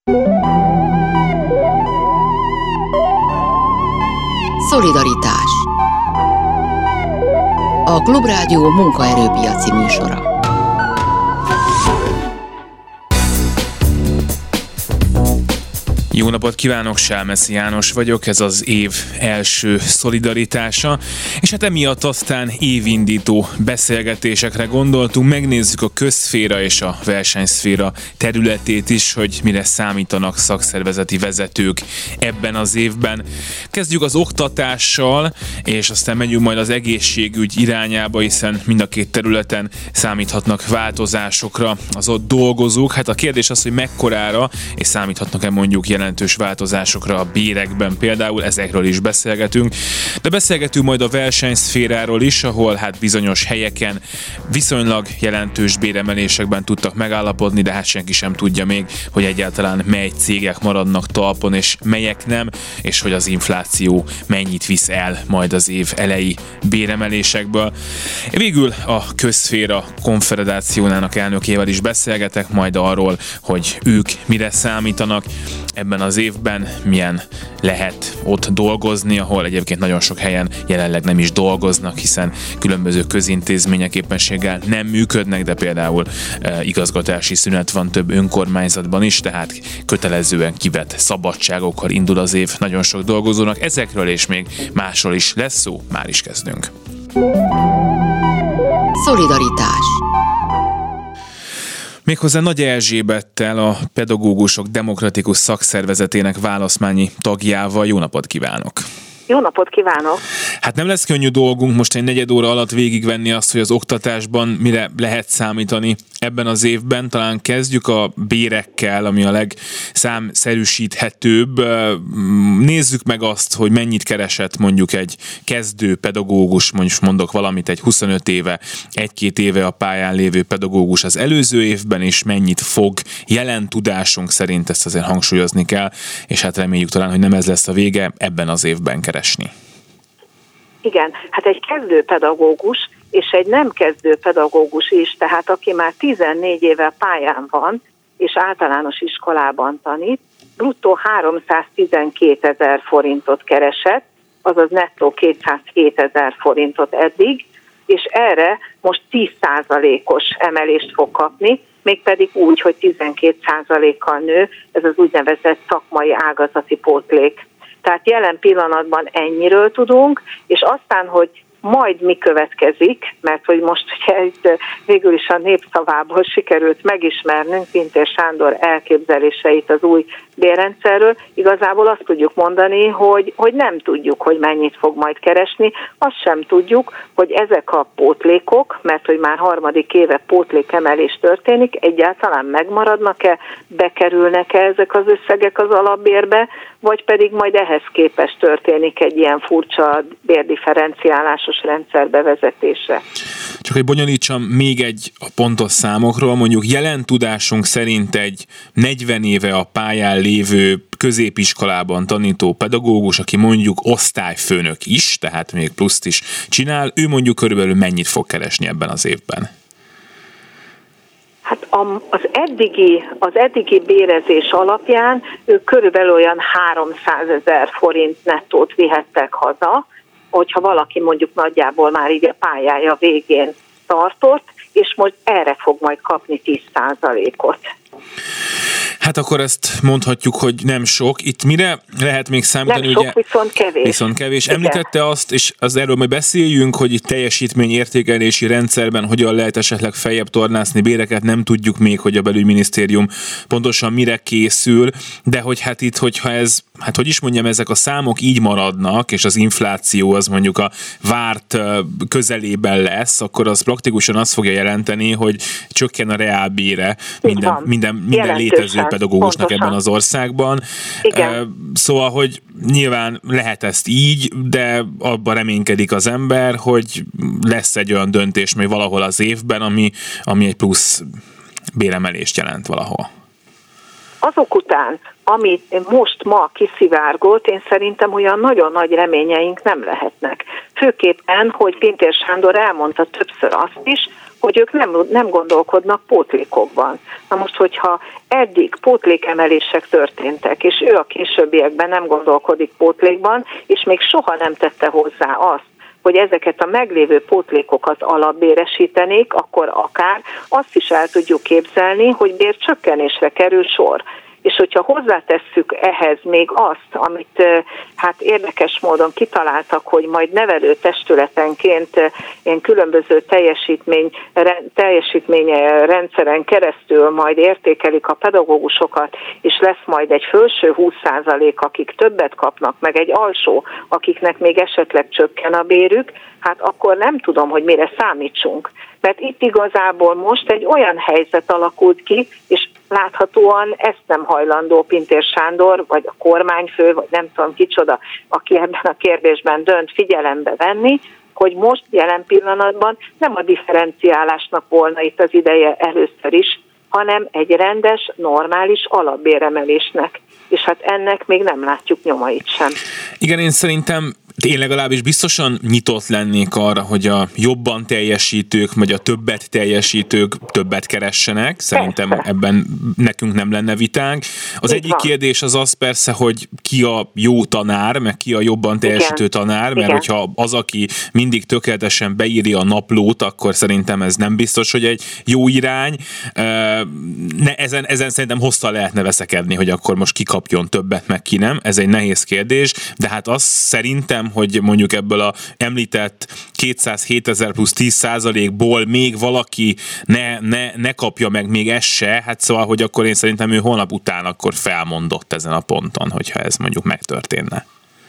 Szolidaritás. A Klubrádió munkaerőpiaci műsora. Jó napot kívánok, Selmeci János vagyok, ez az év első szolidaritása, és hát emiatt aztán évindító beszélgetésekre gondoltunk, megnézzük a közszféra és a versenyszféra területét is, hogy mire számítanak szakszervezeti vezetők ebben az évben. Kezdjük az oktatással, és aztán megyünk majd az egészségügy irányába, hiszen mind a két területen számíthatnak változásokra az ott dolgozók. Hát a kérdés az, hogy mekkorára, és számíthatnak-e mondjuk jelentős változásokra a bérekben például, ezekről is beszélgetünk. De beszélgetünk majd a versenyszféráról is, ahol hát bizonyos helyeken viszonylag jelentős béremelésekben tudtak megállapodni, de hát senki sem tudja még, hogy egyáltalán mely cégek maradnak talpon, és melyek nem, és hogy az infláció mennyit visz el majd az év elejé béremelésekből. Végül a Közszféra Konfederációjának elnökével is beszélgetek majd arról, hogy ők mire számítanak ebben az évben, milyen lehet ott dolgozni, ahol egyébként nagyon sok helyen jelenleg nem is dolgoznak, hiszen különböző közintézmények éppenséggel nem működnek, de például igazgatási szünet van több önkormányzatban is, tehát kötelezően kivett szabadságokkal indul az év nagyon sok dolgozónak. Ezekről és még másról is lesz szó, már is kezdünk. Szolidaritás. Méghozzá Nagy Erzsébettel, a Pedagógusok Demokratikus Szakszervezetének választmányi tagjával. Jó napot kívánok! Jó napot kívánok! Hát nem lesz könnyű dolgunk most egy negyed óra alatt végigvenni azt, hogy az oktatásban mire lehet számítani ebben az évben. Talán kezdjük a bérekkel, ami a legszámszerűsíthetőbb. Nézzük meg azt, hogy mennyit keresett mondjuk egy kezdő pedagógus, mondok valamit, egy 25 éve, 1-2 éve a pályán lévő pedagógus az előző évben, és mennyit fog jelen tudásunk szerint, ezt azért hangsúlyozni kell, és hát reméljük talán, hogy nem ez lesz a vége, ebben az évben keresni. Igen, hát egy kezdő pedagógus és egy nem kezdő pedagógus is, tehát aki már 14 éve pályán van, és általános iskolában tanít, bruttó 312 000 forintot keresett, azaz nettó 207 000 forintot eddig, és erre most 10%-os emelést fog kapni, mégpedig úgy, hogy 12%-kal nő, ez az úgynevezett szakmai ágazati pótlék. Tehát jelen pillanatban ennyiről tudunk, és aztán, hogy majd mi következik, mert hogy most ugye itt végül is a népszavából sikerült megismernünk Pintér Sándor elképzeléseit az új bérrendszerről, igazából azt tudjuk mondani, hogy nem tudjuk, hogy mennyit fog majd keresni, azt sem tudjuk, hogy ezek a pótlékok, mert hogy már 3. éve pótlékemelés történik, egyáltalán megmaradnak-e, bekerülnek-e ezek az összegek az alapbérbe, vagy pedig majd ehhez képest történik egy ilyen furcsa bérdifferenciálásos rendszer bevezetése. Csak hogy bonyolítsam még egy a pontos számokról, mondjuk jelen tudásunk szerint egy 40 éve a pályán lévő középiskolában tanító pedagógus, aki mondjuk osztályfőnök is, tehát még pluszt is csinál, ő mondjuk körülbelül mennyit fog keresni ebben az évben? Hát az eddigi bérezés alapján ők körülbelül olyan 300 000 forint nettót vihettek haza, hogyha valaki mondjuk nagyjából már így a pályája végén tartott, és most erre fog majd kapni 10%-ot. Hát akkor ezt mondhatjuk, hogy nem sok. Itt mire lehet még számítani? Nem sok, ugye, viszont kevés. Viszont kevés. Említette azt, és az erről majd beszéljünk, hogy itt teljesítményértékelési rendszerben hogyan lehet esetleg feljebb tornászni béreket, nem tudjuk még, hogy a belügyminisztérium pontosan mire készül, de hogy hát itt, hogyha ez, hát hogy is mondjam, ezek a számok így maradnak, és az infláció az mondjuk a várt közelében lesz, akkor az praktikusan azt fogja jelenteni, hogy csökken a reálbére minden létező pedagógusnak pontosan ebben az országban. Igen. Szóval, hogy nyilván lehet ezt így, de abban reménykedik az ember, hogy lesz egy olyan döntés még valahol az évben, ami egy plusz béremelést jelent valahol. Azok után, amit most ma kiszivárgott, én szerintem olyan nagyon nagy reményeink nem lehetnek. Főképpen, hogy Pintér Sándor elmondta többször azt is, hogy ők nem gondolkodnak pótlékokban. Na most, hogyha eddig pótlékemelések történtek, és ő a későbbiekben nem gondolkodik pótlékban, és még soha nem tette hozzá azt, hogy ezeket a meglévő pótlékokat alapbéresítenék, akkor akár azt is el tudjuk képzelni, hogy bércsökkenésre kerül sor. És hogyha hozzátesszük ehhez még azt, amit hát érdekes módon kitaláltak, hogy majd nevelő testületenként ilyen különböző teljesítményrendszeren keresztül majd értékelik a pedagógusokat, és lesz majd egy felső 20%, akik többet kapnak, meg egy alsó, akiknek még esetleg csökken a bérük, hát akkor nem tudom, hogy mire számítsunk. Mert itt igazából most egy olyan helyzet alakult ki, és láthatóan ezt nem hajlandó Pintér Sándor, vagy a kormányfő, vagy nem tudom kicsoda, aki ebben a kérdésben dönt, figyelembe venni, hogy most jelen pillanatban nem a differenciálásnak volna itt az ideje először is, hanem egy rendes, normális alapbéremelésnek. És hát ennek még nem látjuk nyomait sem. Igen, én szerintem én legalábbis biztosan nyitott lennék arra, hogy a jobban teljesítők, vagy a többet teljesítők többet keressenek. Szerintem ebben nekünk nem lenne vitánk. Az egyik kérdés az persze, hogy ki a jó tanár, meg ki a jobban teljesítő tanár, mert hogyha az, aki mindig tökéletesen beírja a naplót, akkor szerintem ez nem biztos, hogy egy jó irány. Ezen szerintem hosszan lehetne veszekedni, hogy akkor most ki kapjon többet, meg ki nem. Ez egy nehéz kérdés, de hát azt szerintem, hogy mondjuk ebből a említett 207 000 plusz 10%-ból még valaki ne kapja meg még ezt se, hát szóval, hogy akkor én szerintem ő holnap után akkor felmondott ezen a ponton, hogyha ez mondjuk megtörténne.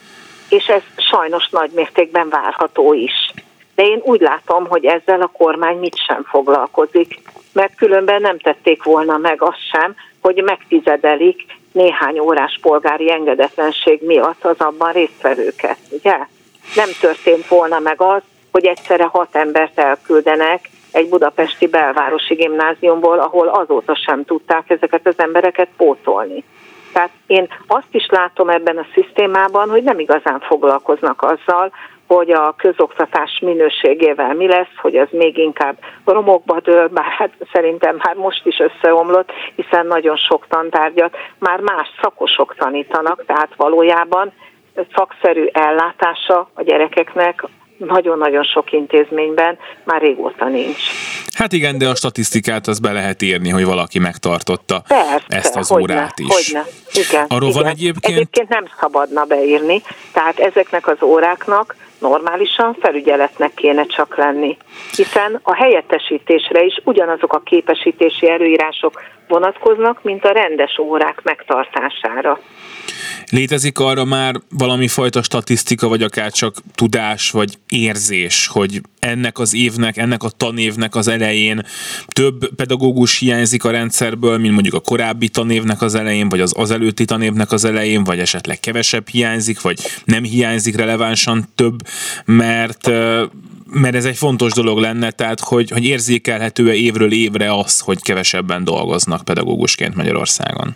És ez sajnos nagy mértékben várható is. De én úgy látom, hogy ezzel a kormány mit sem foglalkozik, mert különben nem tették volna meg azt sem, hogy megtizedelik néhány órás polgári engedetlenség miatt az abban résztvevőket, ugye? Nem történt volna meg az, hogy egyszerre 6 embert elküldenek egy budapesti belvárosi gimnáziumból, ahol azóta sem tudták ezeket az embereket pótolni. Tehát én azt is látom ebben a szisztémában, hogy nem igazán foglalkoznak azzal, hogy a közoktatás minőségével mi lesz, hogy az még inkább romokba dől, bár hát szerintem már most is összeomlott, hiszen nagyon sok tantárgyat már más szakosok tanítanak, tehát valójában szakszerű ellátása a gyerekeknek nagyon-nagyon sok intézményben már régóta nincs. Hát igen, de a statisztikát az be lehet írni, hogy valaki megtartotta ezt az órát is. Hogyne. Igen, arról van egyébként nem szabadna beírni, tehát ezeknek az óráknak normálisan felügyeletnek kéne csak lenni, hiszen a helyettesítésre is ugyanazok a képesítési előírások vonatkoznak, mint a rendes órák megtartására. Létezik arra már valami fajta statisztika, vagy akár csak tudás, vagy érzés, hogy ennek az évnek, ennek a tanévnek az elején több pedagógus hiányzik a rendszerből, mint mondjuk a korábbi tanévnek az elején, vagy az előtti tanévnek az elején, vagy esetleg kevesebb hiányzik, vagy nem hiányzik relevánsan több, mert ez egy fontos dolog lenne, tehát hogy érzékelhető-e évről évre az, hogy kevesebben dolgoznak pedagógusként Magyarországon?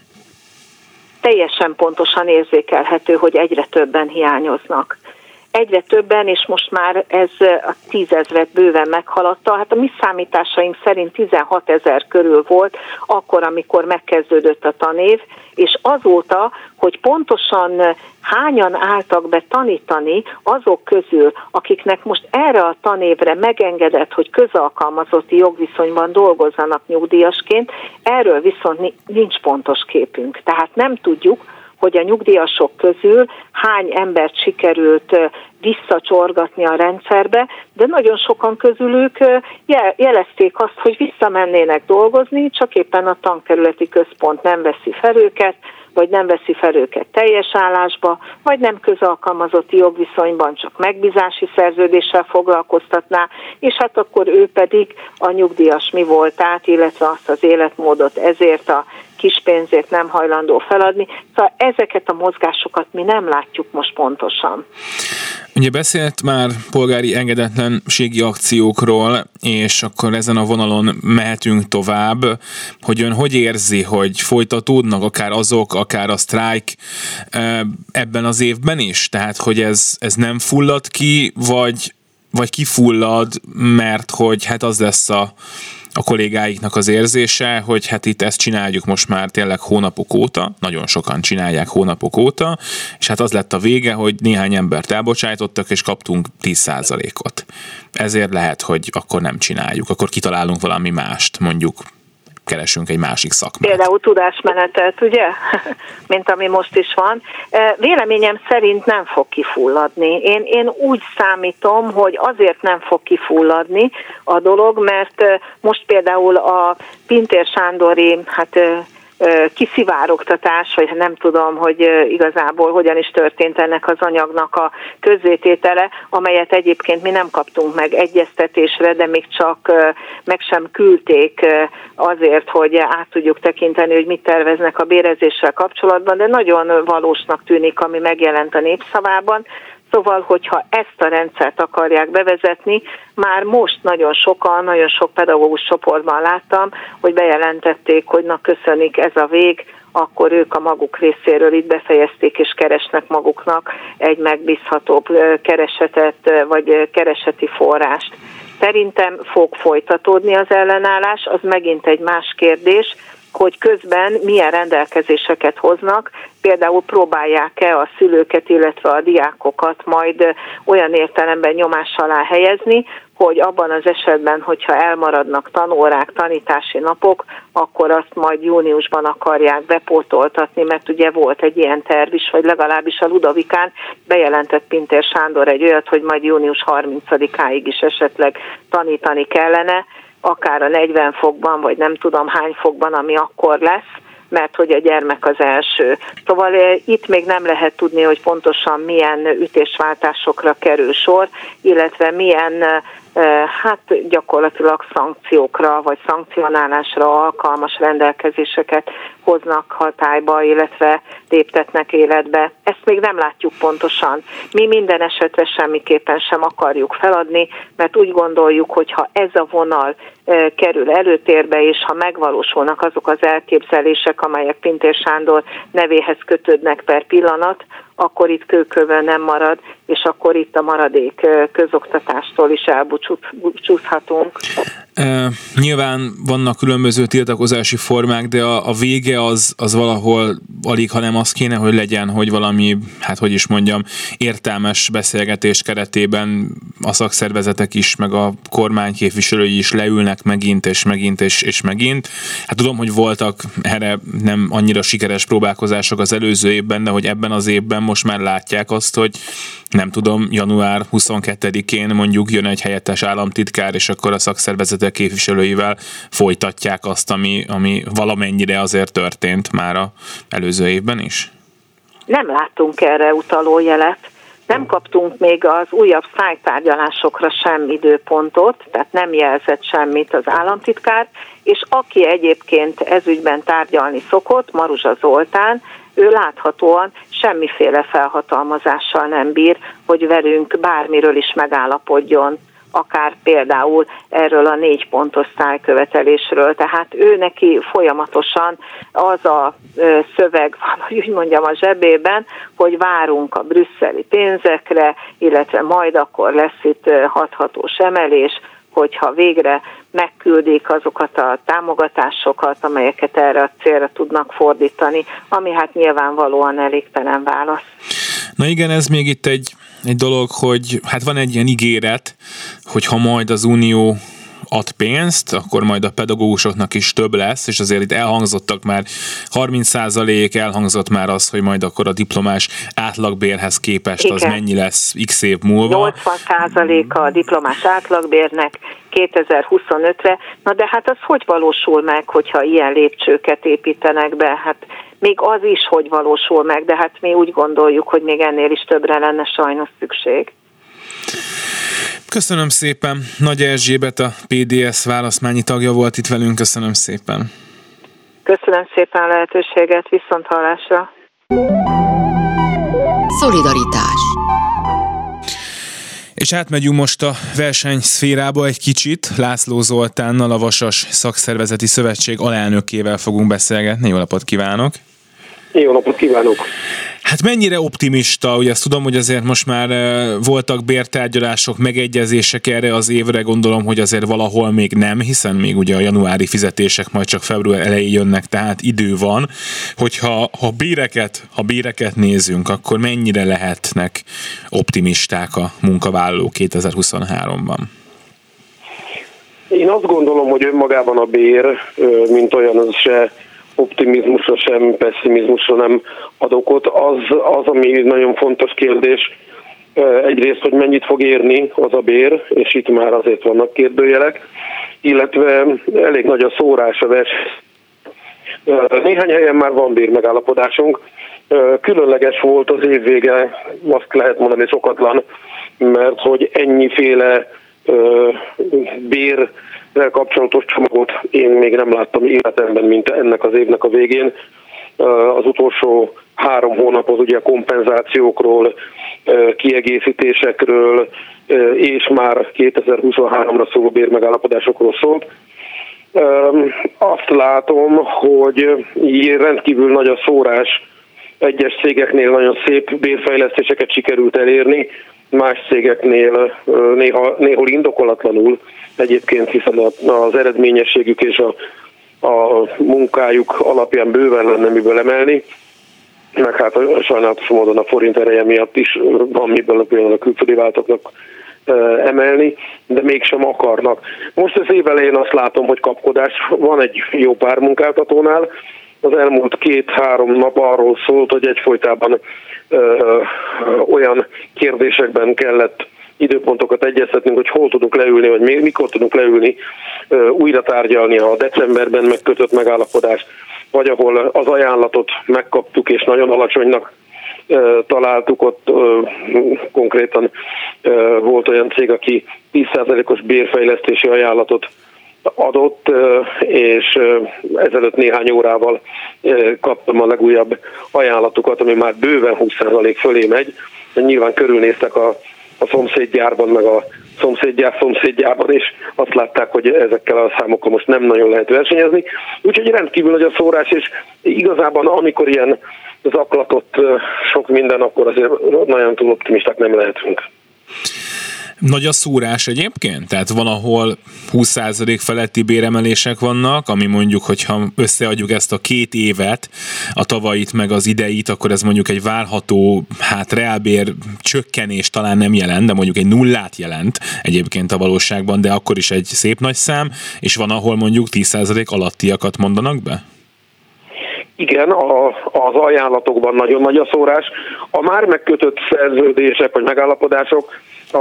Teljesen pontosan érzékelhető, hogy egyre többen hiányoznak. Egyre többen, és most már ez a 10 000 bőven meghaladta. Hát a mi számításaink szerint 16 000 körül volt, akkor, amikor megkezdődött a tanév, és azóta, hogy pontosan hányan álltak be tanítani azok közül, akiknek most erre a tanévre megengedett, hogy közalkalmazotti jogviszonyban dolgozzanak nyugdíjasként, erről viszont nincs pontos képünk. Tehát nem tudjuk, hogy a nyugdíjasok közül hány embert sikerült visszacsorgatni a rendszerbe, de nagyon sokan közülük jelezték azt, hogy visszamennének dolgozni, csak éppen a tankerületi központ nem veszi fel őket, vagy nem veszi fel őket teljes állásba, vagy nem közalkalmazotti jogviszonyban, csak megbízási szerződéssel foglalkoztatná, és hát akkor ő pedig a nyugdíjas mi voltát, illetve azt az életmódot ezért a kis pénzért nem hajlandó feladni. Szóval ezeket a mozgásokat mi nem látjuk most pontosan. Ugye beszélt már polgári engedetlenségi akciókról, és akkor ezen a vonalon mehetünk tovább, hogy ön hogy érzi, hogy folytatódnak akár azok, akár a sztrájk ebben az évben is? Tehát, hogy ez nem fullad ki, vagy vagy kifullad, mert hogy hát az lesz a kollégáiknak az érzése, hogy hát itt ezt csináljuk most már tényleg hónapok óta, nagyon sokan csinálják hónapok óta, és hát az lett a vége, hogy néhány embert elbocsájtottak, és kaptunk 10%-ot. Ezért lehet, hogy akkor nem csináljuk, akkor kitalálunk valami mást, mondjuk keresünk egy másik szakmát. Például tudásmenetet, ugye? Mint ami most is van. Véleményem szerint nem fog kifulladni. Én úgy számítom, hogy azért nem fog kifulladni a dolog, mert most például a Pintér Sándori, kiszivárogtatás, vagy nem tudom, hogy igazából hogyan is történt ennek az anyagnak a közzététele, amelyet egyébként mi nem kaptunk meg egyeztetésre, de még csak meg sem küldték azért, hogy át tudjuk tekinteni, hogy mit terveznek a bérezéssel kapcsolatban, de nagyon valósnak tűnik, ami megjelent a Népszavában. Szóval, hogyha ezt a rendszert akarják bevezetni, már most nagyon sokan, nagyon sok pedagógus csoportban láttam, hogy bejelentették, hogy na köszönik, ez a vég, akkor ők a maguk részéről itt befejezték és keresnek maguknak egy megbízhatóbb keresetet vagy kereseti forrást. Szerintem fog folytatódni az ellenállás, az megint egy más kérdés, hogy közben milyen rendelkezéseket hoznak, például próbálják-e a szülőket, illetve a diákokat majd olyan értelemben nyomás alá helyezni, hogy abban az esetben, hogyha elmaradnak tanórák, tanítási napok, akkor azt majd júniusban akarják bepótoltatni, mert ugye volt egy ilyen terv is, vagy legalábbis a Ludovikán bejelentett Pintér Sándor egy olyat, hogy majd június 30-áig is esetleg tanítani kellene, akár a 40 fokban, vagy nem tudom hány fokban, ami akkor lesz, mert hogy a gyermek az első. Szóval itt még nem lehet tudni, hogy pontosan milyen ütésváltásokra kerül sor, illetve milyen gyakorlatilag szankciókra vagy szankcionálásra alkalmas rendelkezéseket hoznak hatályba, illetve léptetnek életbe. Ezt még nem látjuk pontosan. Mi minden esetre semmiképpen sem akarjuk feladni, mert úgy gondoljuk, hogy ha ez a vonal kerül előtérbe, és ha megvalósulnak azok az elképzelések, amelyek Pintér Sándor nevéhez kötődnek per pillanat, akkor itt kőkövön nem marad, és akkor itt a maradék közoktatástól is elbúcsúzhatunk. Nyilván vannak különböző tiltakozási formák, de a vége az valahol alig, hanem az kéne, hogy legyen, hogy valami, értelmes beszélgetés keretében a szakszervezetek is, meg a kormányképviselői is leülnek megint. Hát tudom, hogy voltak erre nem annyira sikeres próbálkozások az előző évben, de hogy ebben az évben most már látják azt, hogy nem tudom, január 22-én mondjuk jön egy helyettes államtitkár, és akkor a szakszervezetek képviselőivel folytatják azt, ami valamennyire azért történt már az előző évben is? Nem láttunk erre utaló jelet. Nem kaptunk még az újabb szájtárgyalásokra sem időpontot, tehát nem jelzett semmit az államtitkár, és aki egyébként ezügyben tárgyalni szokott, Maruzsa Zoltán, ő láthatóan semmiféle felhatalmazással nem bír, hogy velünk bármiről is megállapodjon, akár például erről a 4 pontos szájkövetelésről. Tehát ő neki folyamatosan az a szöveg van, hogy úgy mondjam, a zsebében, hogy várunk a brüsszeli pénzekre, illetve majd akkor lesz itt hathatós emelés, hogyha végre megküldik azokat a támogatásokat, amelyeket erre a célra tudnak fordítani, ami hát nyilvánvalóan elégtelen válasz. Na igen, ez még itt egy dolog, hogy hát van egy ilyen ígéret, hogy ha majd az Unió ad pénzt, akkor majd a pedagógusoknak is több lesz, és azért itt elhangzottak már 30%, elhangzott már az, hogy majd akkor a diplomás átlagbérhez képest igen, az mennyi lesz x év múlva. 80% a diplomás átlagbérnek 2025-re. Na de hát az hogy valósul meg, hogyha ilyen lépcsőket építenek be? Hát még az is, hogy valósul meg, de hát mi úgy gondoljuk, hogy még ennél is többre lenne sajnos szükség. Köszönöm szépen. Nagy Erzsébet, a PDS választmányi tagja volt itt velünk. Köszönöm szépen. Köszönöm szépen a lehetőséget. Viszonthallásra. Szolidaritás. És átmegyünk most a versenyszférába egy kicsit. László Zoltánnal, a Vasas Szakszervezeti Szövetség alelnökével fogunk beszélgetni. Jó napot kívánok! Jó napot kívánok! Hát mennyire optimista, ugye azt tudom, hogy azért most már voltak bértárgyalások, megegyezések erre az évre, gondolom, hogy azért valahol még nem, hiszen még ugye a januári fizetések majd csak február elején jönnek, tehát idő van, hogyha béreket nézünk, akkor mennyire lehetnek optimisták a munkavállalók 2023-ban? Én azt gondolom, hogy önmagában a bér, mint olyan, az se optimizmusra, sem pessimizmusra nem ad okot. Az, ami nagyon fontos kérdés, egyrészt, hogy mennyit fog érni az a bér, és itt már azért vannak kérdőjelek, illetve elég nagy a szórás a verseny. Néhány helyen már van bérmegállapodásunk. Különleges volt az év vége, azt lehet mondani szokatlan, mert hogy ennyiféle bérrel kapcsolatos csomagot én még nem láttam életemben, mint ennek az évnek a végén. Az utolsó 3 hónap az ugye kompenzációkról, kiegészítésekről és már 2023-ra szóló bérmegállapodásokról szólt. Azt látom, hogy rendkívül nagy a szórás, egyes cégeknél nagyon szép bérfejlesztéseket sikerült elérni, más cégeknél néhol indokolatlanul egyébként, hiszen az eredményességük és a munkájuk alapján bőven lenne miből emelni, meg hát sajnálatos módon a forint ereje miatt is van miből például a külföldi váltóknak emelni, de mégsem akarnak. Most az év elején azt látom, hogy kapkodás van egy jó pár munkáltatónál. Az elmúlt 2-3 nap arról szólt, hogy egyfolytában olyan kérdésekben kellett időpontokat egyeztetnünk, hogy hol tudunk leülni, vagy mikor tudunk leülni, újra tárgyalni a decemberben megkötött megállapodást, vagy ahol az ajánlatot megkaptuk, és nagyon alacsonynak találtuk, ott konkrétan volt olyan cég, aki 10%-os bérfejlesztési ajánlatot adott, és ezelőtt néhány órával kaptam a legújabb ajánlatukat, ami már bőven 20% fölé megy. Nyilván körülnéztek a szomszédgyárban, meg a szomszédjában, és azt látták, hogy ezekkel a számokkal most nem nagyon lehet versenyezni. Úgyhogy rendkívül nagy a szórás, és igazában amikor ilyen zaklatott sok minden, akkor azért nagyon túl optimisták nem lehetünk. Nagy a szórás egyébként? Tehát van, ahol 20% feletti béremelések vannak, ami mondjuk, hogyha összeadjuk ezt a 2 évet, a tavalyit meg az ideit, akkor ez mondjuk egy várható, reálbér csökkenés talán nem jelent, de mondjuk egy nullát jelent egyébként a valóságban, de akkor is egy szép nagy szám, és van, ahol mondjuk 10% alattiakat mondanak be? Igen, az ajánlatokban nagyon nagy a szórás. A már megkötött szerződések vagy megállapodások,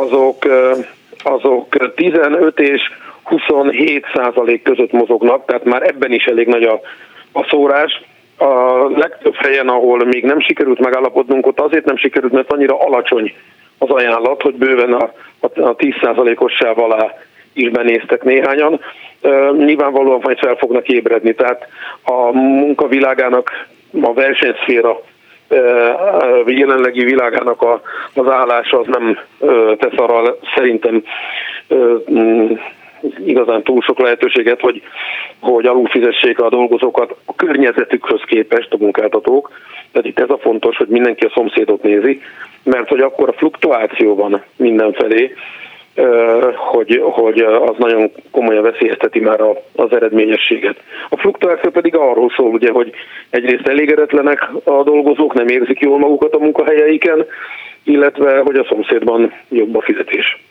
azok 15 és 27% között mozognak, tehát már ebben is elég nagy a szórás. A legtöbb helyen, ahol még nem sikerült megállapodnunk, ott azért nem sikerült, mert annyira alacsony az ajánlat, hogy bőven a 10%-os sáv alá is benéztek néhányan. Nyilvánvalóan majd fel fognak ébredni, tehát a munkavilágának, a versenyszféra jelenlegi világának az állása az nem tesz arra szerintem igazán túl sok lehetőséget, hogy alulfizessék a dolgozókat a környezetükhöz képest a munkáltatók. Tehát itt ez a fontos, hogy mindenki a szomszédot nézi, mert hogy akkor a fluktuáció van mindenfelé, hogy az nagyon komolyan veszélyezteti már az eredményességet. A fluktuáció pedig arról szól, ugye, hogy egyrészt elégedetlenek a dolgozók, nem érzik jól magukat a munkahelyeiken, illetve hogy a szomszédban jobb a fizetés.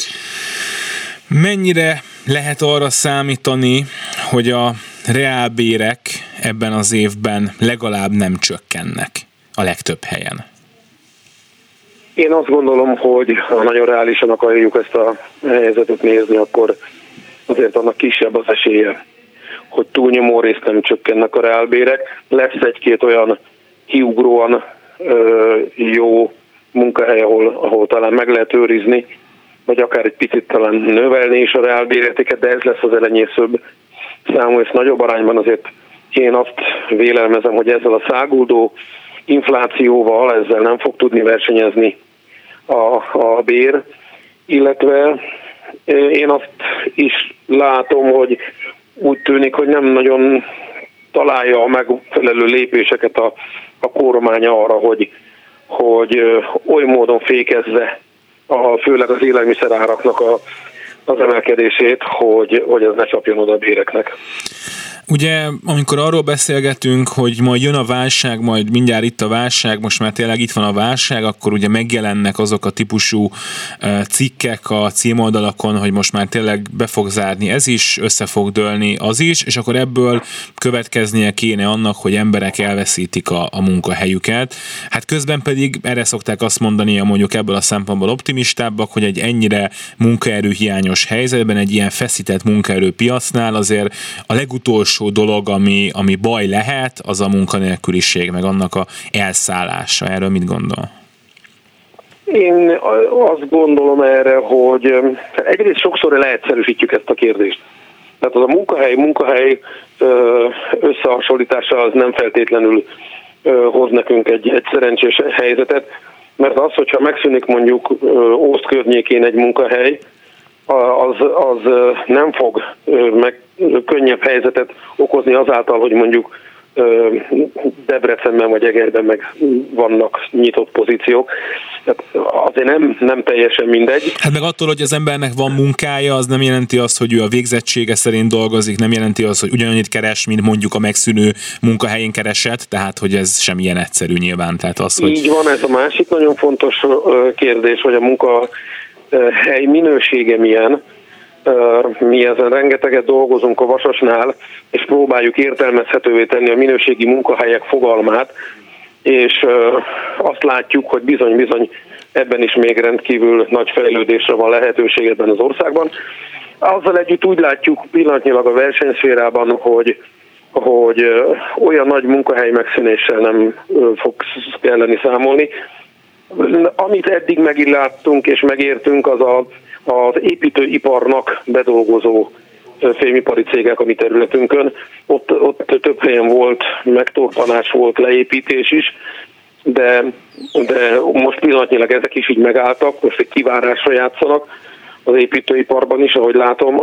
Mennyire lehet arra számítani, hogy a reálbérek ebben az évben legalább nem csökkennek a legtöbb helyen? Én azt gondolom, hogy ha nagyon reálisan akarjuk ezt a helyzetet nézni, akkor azért annak kisebb az esélye, hogy túlnyomó részt nem csökkennek a reálbérek. Lesz egy-két olyan kiugróan jó munkahely, ahol talán meg lehet őrizni, vagy akár egy picit talán növelni is a reálbérértéket, de ez lesz az elenyészőbb számú, és nagyobb arányban azért én azt vélelmezem, hogy ezzel a száguldó inflációval ezzel nem fog tudni versenyezni a bér, illetve én azt is látom, hogy úgy tűnik, hogy nem nagyon találja a megfelelő lépéseket a kormány arra, hogy oly módon fékezze főleg az élelmiszeráraknak az emelkedését, hogy ez ne csapjon oda a béreknek. Ugye, amikor arról beszélgetünk, hogy majd jön a válság, majd mindjárt itt a válság, most már tényleg itt van a válság, akkor ugye megjelennek azok a típusú cikkek a címoldalakon, hogy most már tényleg be fog zárni ez is, össze fog dőlni az is, és akkor ebből következnie kéne annak, hogy emberek elveszítik a munkahelyüket. Hát közben pedig erre szokták azt mondani, mondjuk ebből a szempontból optimistábbak, hogy egy ennyire munkaerőhiányos helyzetben, egy ilyen feszített munkaerőpiacnál azért a legutolsó dolog, ami baj lehet, az a munkanélküliség, meg annak a elszállása. Erről mit gondol? Én azt gondolom erre, hogy egyrészt sokszor leegyszerűsítjük ezt a kérdést. Tehát az a munkahely összehasonlítása az nem feltétlenül hoz nekünk egy szerencsés helyzetet, mert az, hogyha megszűnik mondjuk Ózd környékén egy munkahely, az nem fog könnyebb helyzetet okozni azáltal, hogy mondjuk Debrecenben vagy Egerben meg vannak nyitott pozíciók. Tehát azért nem teljesen mindegy. Hát meg attól, hogy az embernek van munkája, az nem jelenti azt, hogy ő a végzettsége szerint dolgozik, nem jelenti azt, hogy ugyanannyit keres, mint mondjuk a megszűnő munkahelyén keresett, tehát hogy ez sem ilyen egyszerű nyilván. Tehát az, hogy... Így van, ez a másik nagyon fontos kérdés, hogy a munkahely minősége milyen. Mi ezen rengeteget dolgozunk a Vasasnál, és próbáljuk értelmezhetővé tenni a minőségi munkahelyek fogalmát, és azt látjuk, hogy bizony ebben is még rendkívül nagy fejlődésre van lehetőség ebben az országban. Azzal együtt úgy látjuk pillanatnyilag a versenyszférában, hogy olyan nagy munkahely megszűnéssel nem fog kelleni számolni. Amit eddig megilláttunk és megértünk, az építőiparnak bedolgozó fémipari cégek a mi területünkön. Ott több helyen volt megtorpanás, volt leépítés is, de most pillanatnyilag ezek is így megálltak, most egy kivárásra játszanak az építőiparban is, ahogy látom.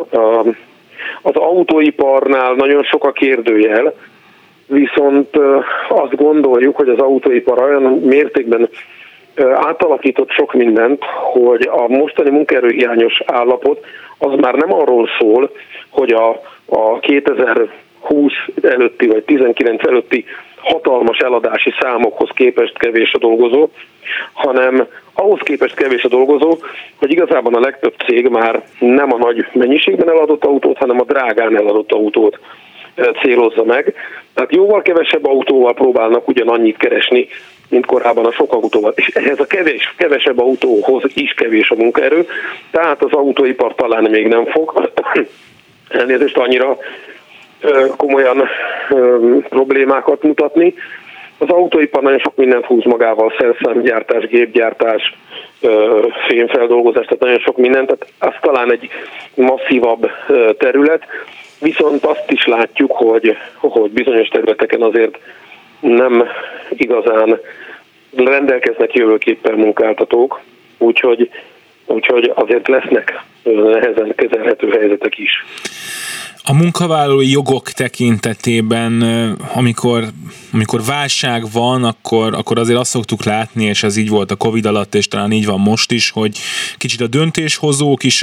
Az autóiparnál nagyon sok a kérdőjel, viszont azt gondoljuk, hogy az autóipar olyan mértékben átalakított sok mindent, hogy a mostani munkaerőhiányos állapot az már nem arról szól, hogy a 2020 előtti vagy 19 előtti hatalmas eladási számokhoz képest kevés a dolgozó, hanem ahhoz képest kevés a dolgozó, hogy igazából a legtöbb cég már nem a nagy mennyiségben eladott autót, hanem a drágán eladott autót célozza meg. Tehát jóval kevesebb autóval próbálnak ugyanannyit keresni, mint korábban a sok autóval. És ehhez a kevesebb autóhoz is kevés a munkaerő, tehát az autóipar talán még nem fog elnézést annyira komolyan problémákat mutatni. Az autóipar nagyon sok mindent húz magával, szerszámgyártás, gépgyártás, fémfeldolgozás, tehát nagyon sok mindent, tehát az talán egy masszívabb terület, viszont azt is látjuk, hogy bizonyos területeken azért nem igazán rendelkeznek jövőképpen munkáltatók, úgyhogy azért lesznek nehezen kezelhető helyzetek is. A munkavállalói jogok tekintetében, amikor válság van, akkor azért azt szoktuk látni, és ez így volt a Covid alatt, és talán így van most is, hogy kicsit a döntéshozók is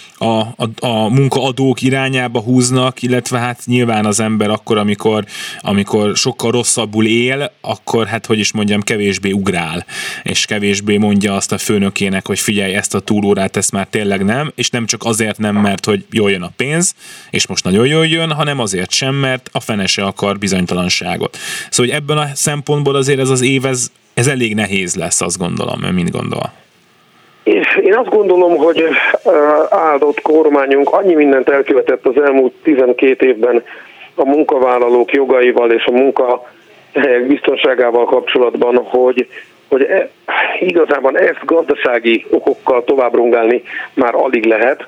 a munkaadók irányába húznak, illetve hát nyilván az ember akkor, amikor sokkal rosszabbul él, akkor hát hogy is mondjam, kevésbé ugrál, és kevésbé mondja azt a főnökének, hogy figyelj, ezt a túlórát, ezt már tényleg nem, és nem csak azért nem, mert hogy jól jön a pénz, és most nagyon jól jön, hanem azért sem, mert a fene se akar bizonytalanságot. Szóval hogy ebben a szempontból azért ez az év, ez elég nehéz lesz, azt gondolom. Ön mit gondol? Én azt gondolom, hogy áldott kormányunk annyi mindent elkövetett az elmúlt 12 évben a munkavállalók jogaival és a munkahelyek biztonságával kapcsolatban, hogy igazából ezt gazdasági okokkal tovább rongálni már alig lehet.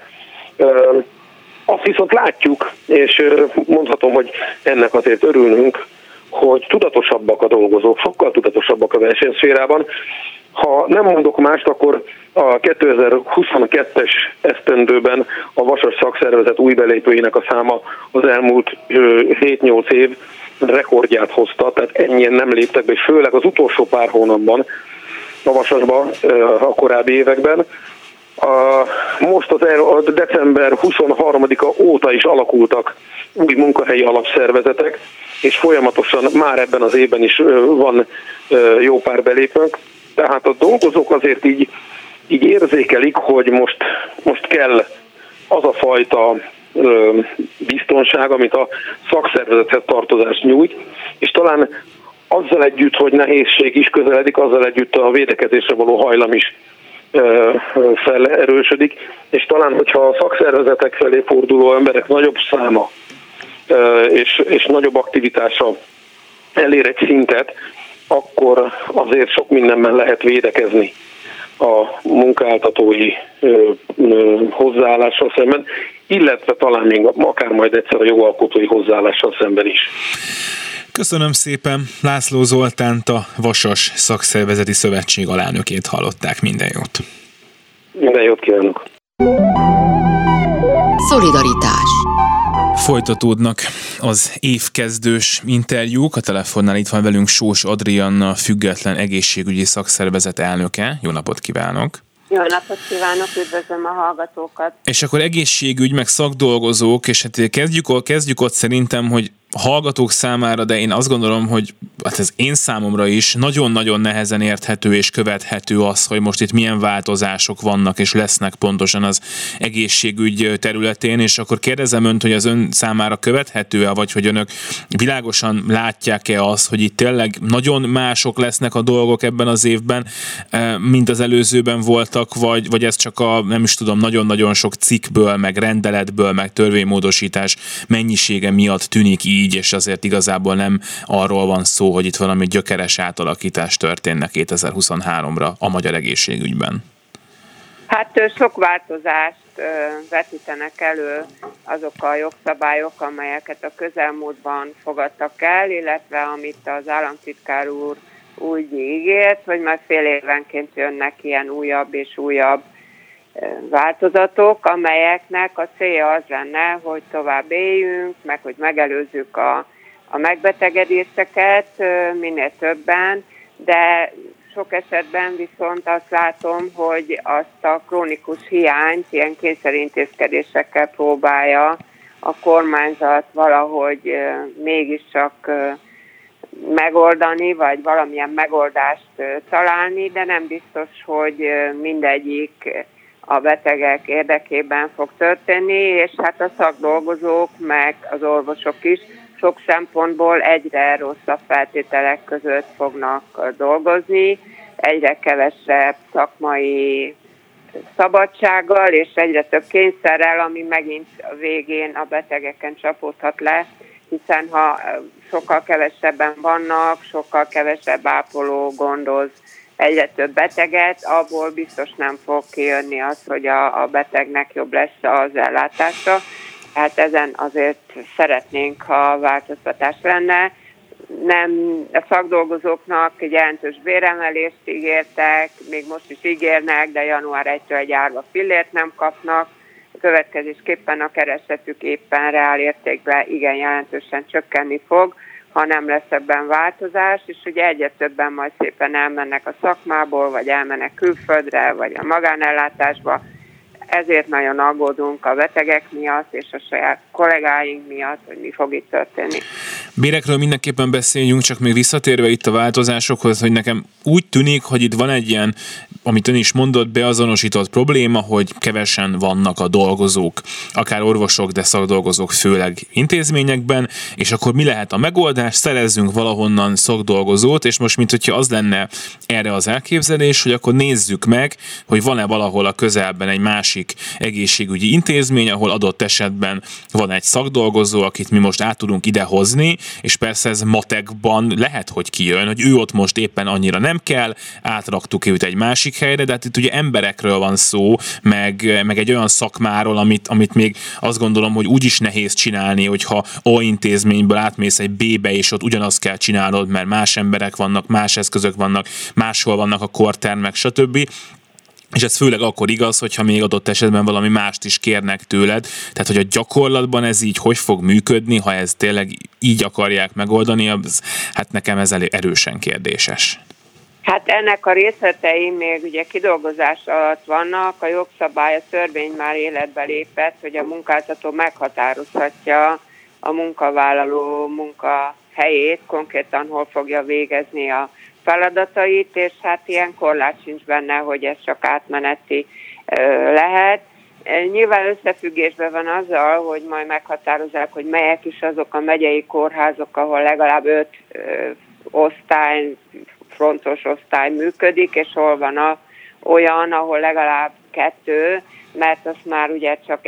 Azt viszont látjuk, és mondhatom, hogy ennek azért örülünk, hogy tudatosabbak a dolgozók, sokkal tudatosabbak a versenyszférában. Ha nem mondok mást, akkor a 2022-es esztendőben a Vasas szakszervezet új belépőinek a száma az elmúlt 7-8 év rekordját hozta, tehát ennyien nem léptek be, és főleg az utolsó pár hónapban a Vasasban a korábbi években. Most a december 23-a óta is alakultak új munkahelyi alapszervezetek, és folyamatosan már ebben az évben is van jó pár belépőnk. Tehát a dolgozók azért így érzékelik, hogy most kell az a fajta biztonság, amit a szakszervezethez tartozás nyújt, és talán azzal együtt, hogy nehézség is közeledik, azzal együtt a védekezésre való hajlam is felerősödik, és talán, hogyha a szakszervezetek felé forduló emberek nagyobb száma és nagyobb aktivitása elér egy szintet, akkor azért sok mindenben lehet védekezni a munkáltatói hozzáállással szemben, illetve talán még akár majd egyszer a jogalkotói hozzáállással szemben is. Köszönöm szépen. László Zoltánt, a Vasas Szakszervezeti Szövetség alelnökét hallották. Minden jót! Minden jót kívánok! Szolidaritás. Folytatódnak az évkezdős interjúk. A telefonnál itt van velünk Sós Adrianna, független egészségügyi szakszervezet elnöke. Jó napot kívánok! Jó napot kívánok, üdvözlöm a hallgatókat! És akkor egészségügy, meg szakdolgozók, és hát kezdjük ott szerintem, hogy hallgatók számára, de én azt gondolom, hogy hát ez én számomra is nagyon-nagyon nehezen érthető és követhető az, hogy most itt milyen változások vannak és lesznek pontosan az egészségügy területén, és akkor kérdezem önt, hogy az ön számára követhető-e, vagy hogy önök világosan látják-e azt, hogy itt tényleg nagyon mások lesznek a dolgok ebben az évben, mint az előzőben voltak, vagy ez csak a, nem is tudom, nagyon-nagyon sok cikkből, meg rendeletből, meg törvénymódosítás mennyisége miatt tűnik így, és azért igazából nem arról van szó, hogy itt valami gyökeres átalakítás történne 2023-ra a magyar egészségügyben. Hát sok változást vetítenek elő azok a jogszabályok, amelyeket a közelmúltban fogadtak el, illetve amit az államtitkár úr úgy ígért, hogy majd fél évenként jönnek ilyen újabb és újabb változatok, amelyeknek a célja az lenne, hogy tovább éljünk, meg hogy megelőzzük a megbetegedéseket minél többen, de sok esetben viszont azt látom, hogy azt a krónikus hiányt ilyen kényszerintézkedésekkel próbálja a kormányzat valahogy mégiscsak megoldani, vagy valamilyen megoldást találni, de nem biztos, hogy mindegyik a betegek érdekében fog történni, és hát a szakdolgozók, meg az orvosok is sok szempontból egyre rosszabb feltételek között fognak dolgozni, egyre kevesebb szakmai szabadsággal, és egyre több kényszerrel, ami megint a végén a betegeken csapódhat le, hiszen ha sokkal kevesebben vannak, sokkal kevesebb ápoló gondoz egyre több beteget, abból biztos nem fog kijönni az, hogy a betegnek jobb lesz az ellátása. Hát ezen azért szeretnénk, ha változtatás lenne. Nem, a szakdolgozóknak egy jelentős béremelést ígértek, még most is ígérnek, de január 1-től egy árva fillért nem kapnak. Következésképpen a keresetük éppen reálértékben igen jelentősen csökkenni fog, ha nem lesz ebben változás, és ugye egyre többen majd szépen elmennek a szakmából, vagy elmennek külföldre, vagy a magánellátásba. Ezért nagyon aggódunk a betegek miatt, és a saját kollégáink miatt, hogy mi fog itt történni. Bérekről mindenképpen beszéljünk, csak még visszatérve itt a változásokhoz, hogy nekem úgy tűnik, hogy itt van egy ilyen, amit ön is mondott, beazonosított probléma, hogy kevesen vannak a dolgozók, akár orvosok, de szakdolgozók főleg intézményekben, és akkor mi lehet a megoldás? Szerezzünk valahonnan szakdolgozót, és most mint hogyha az lenne erre az elképzelés, hogy akkor nézzük meg, hogy van-e valahol a közelben egy másik egészségügyi intézmény, ahol adott esetben van egy szakdolgozó, akit mi most át tudunk idehozni, és persze ez matekban lehet, hogy kijön, hogy ő ott most éppen annyira nem kell, átraktuk őt egy másik helyre, de hát itt ugye emberekről van szó, meg egy olyan szakmáról, amit még azt gondolom, hogy úgy is nehéz csinálni, hogyha A intézményből átmész egy B-be, és ott ugyanazt kell csinálnod, mert más emberek vannak, más eszközök vannak, máshol vannak a kortermek, stb. És ez főleg akkor igaz, hogyha még adott esetben valami mást is kérnek tőled. Tehát, hogy a gyakorlatban ez így hogy fog működni, ha ez tényleg így akarják megoldani, hát nekem ez erősen kérdéses. Hát ennek a részletei még ugye kidolgozás alatt vannak, a jogszabály, a törvény már életbe lépett, hogy a munkáltató meghatározhatja a munkavállaló munkahelyét, konkrétan hol fogja végezni a feladatait, és hát ilyen korlát sincs benne, hogy ez csak átmeneti lehet. Nyilván összefüggésben van azzal, hogy majd meghatározzák, hogy melyek is azok a megyei kórházak, ahol legalább 5 frontos osztály működik, és hol van olyan, ahol legalább 2, mert azt már ugye csak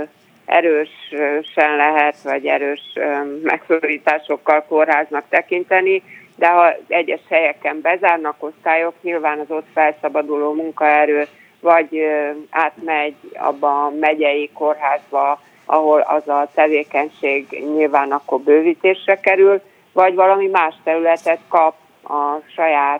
erősen lehet, vagy erős megszorításokkal kórháznak tekinteni, de ha egyes helyeken bezárnak osztályok, nyilván az ott felszabaduló munkaerő vagy átmegy abba a megyei kórházba, ahol az a tevékenység nyilván akkor bővítésre kerül, vagy valami más területet kap a saját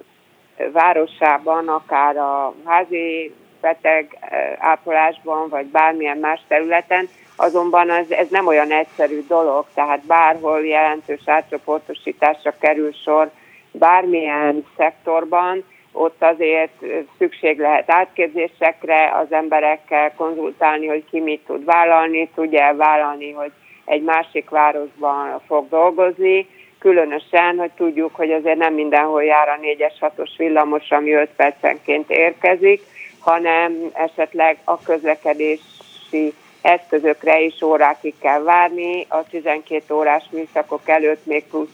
városában, akár a házi beteg ápolásban, vagy bármilyen más területen, azonban ez nem olyan egyszerű dolog, tehát bárhol jelentős átcsoportosításra kerül sor bármilyen szektorban, ott azért szükség lehet átképzésekre, az emberekkel konzultálni, hogy ki mit tud vállalni, tudja vállalni, hogy egy másik városban fog dolgozni, különösen, hogy tudjuk, hogy azért nem mindenhol jár a 4-es, 6-os villamos, ami 5 percenként érkezik, hanem esetleg a közlekedési eszközökre is órákig kell várni, a 12 órás műszakok előtt még plusz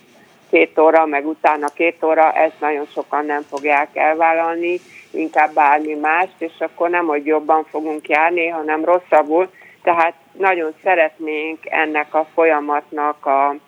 2 óra, meg utána 2 óra, ezt nagyon sokan nem fogják elvállalni, inkább bármi mást, és akkor nem, hogy jobban fogunk járni, hanem rosszabbul. Tehát nagyon szeretnénk ennek a folyamatnak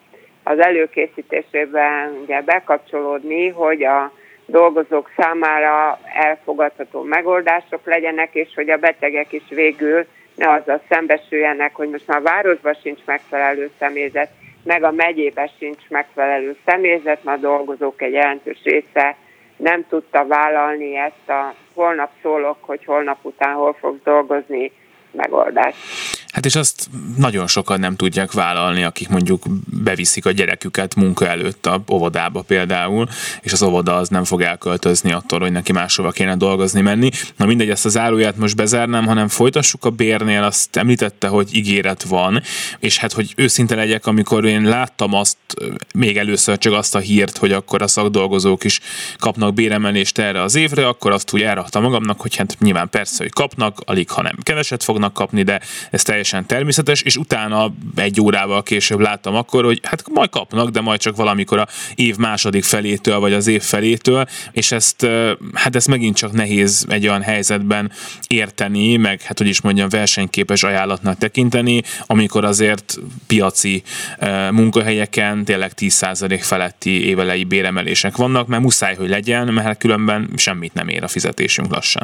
az előkészítésében ugye bekapcsolódni, hogy a dolgozók számára elfogadható megoldások legyenek, és hogy a betegek is végül ne azzal szembesüljenek, hogy most már a városban sincs megfelelő személyzet, meg a megyében sincs megfelelő személyzet, mert a dolgozók egy jelentős része nem tudta vállalni ezt a holnap szólok, hogy holnap után hol fog dolgozni megoldást. Hát és azt nagyon sokan nem tudják vállalni, akik mondjuk beviszik a gyereküket munka előtt a óvodába például, és az óvoda az nem fog elköltözni attól, hogy neki máshova kéne dolgozni menni. Na mindegy, ezt a záróját most bezárnám, hanem folytassuk a bérnél, azt említette, hogy ígéret van, és hát, hogy őszinte legyek, amikor én láttam azt, még először csak azt a hírt, hogy akkor a szakdolgozók is kapnak béremelést erre az évre, akkor azt úgy elraktam magamnak, hogy hát nyilván persze, hogy kapnak, alig, ha nem keveset fognak kapni, de ez teljesen természetes, és utána 1 órával később láttam akkor, hogy hát majd kapnak, de majd csak valamikor a év második felétől, vagy az év felétől, és ezt megint csak nehéz egy olyan helyzetben érteni, meg hát hogy is mondjam, versenyképes ajánlatnak tekinteni, amikor azért piaci munkahelyeken tényleg 10% feletti évelei béremelések vannak, mert muszáj, hogy legyen, mert különben semmit nem ér a fizetésünk lassan.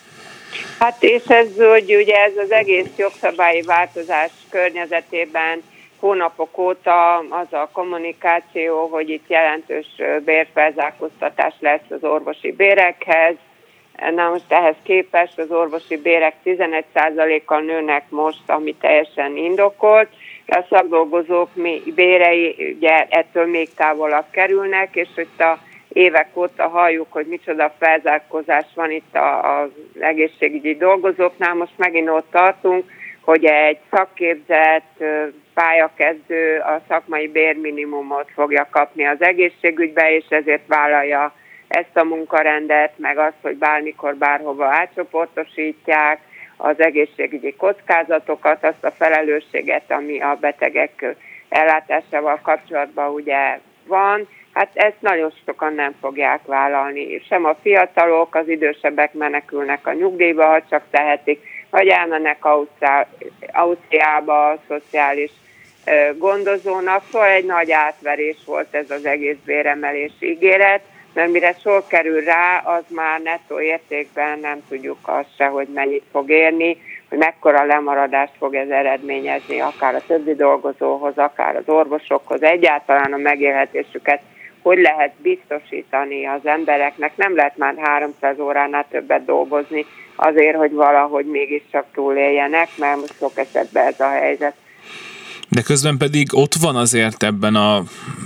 Hát és ez, hogy ugye ez az egész jogszabályi változás környezetében hónapok óta az a kommunikáció, hogy itt jelentős bérfelzárkóztatás lesz az orvosi bérekhez. Na most ehhez képest az orvosi bérek 11%-kal nőnek most, ami teljesen indokolt. A szakdolgozók bérei ugye ettől még távolabb kerülnek, és hogy a évek óta halljuk, hogy micsoda felzárkózás van itt az egészségügyi dolgozóknál. Most megint ott tartunk, hogy egy szakképzett pályakezdő a szakmai bérminimumot fogja kapni az egészségügybe, és ezért vállalja ezt a munkarendet, meg azt, hogy bármikor, bárhova átcsoportosítják az egészségügyi kockázatokat, azt a felelősséget, ami a betegek ellátásával kapcsolatban ugye van. Hát ezt nagyon sokan nem fogják vállalni. Sem a fiatalok, az idősebbek menekülnek a nyugdíjba, ha csak tehetik, vagy elmennek Ausztriába a szociális gondozónak. Szóval egy nagy átverés volt ez az egész béremelés ígéret, mert mire sor kerül rá, az már nettó értékben nem tudjuk azt se, hogy mennyit fog érni, hogy mekkora lemaradást fog ez eredményezni, akár a többi dolgozóhoz, akár az orvosokhoz, egyáltalán a megélhetésüket hogy lehet biztosítani az embereknek, nem lehet már 300 óránál többet dolgozni azért, hogy valahogy mégiscsak túléljenek, mert most sok esetben ez a helyzet. De közben pedig ott van azért ebben a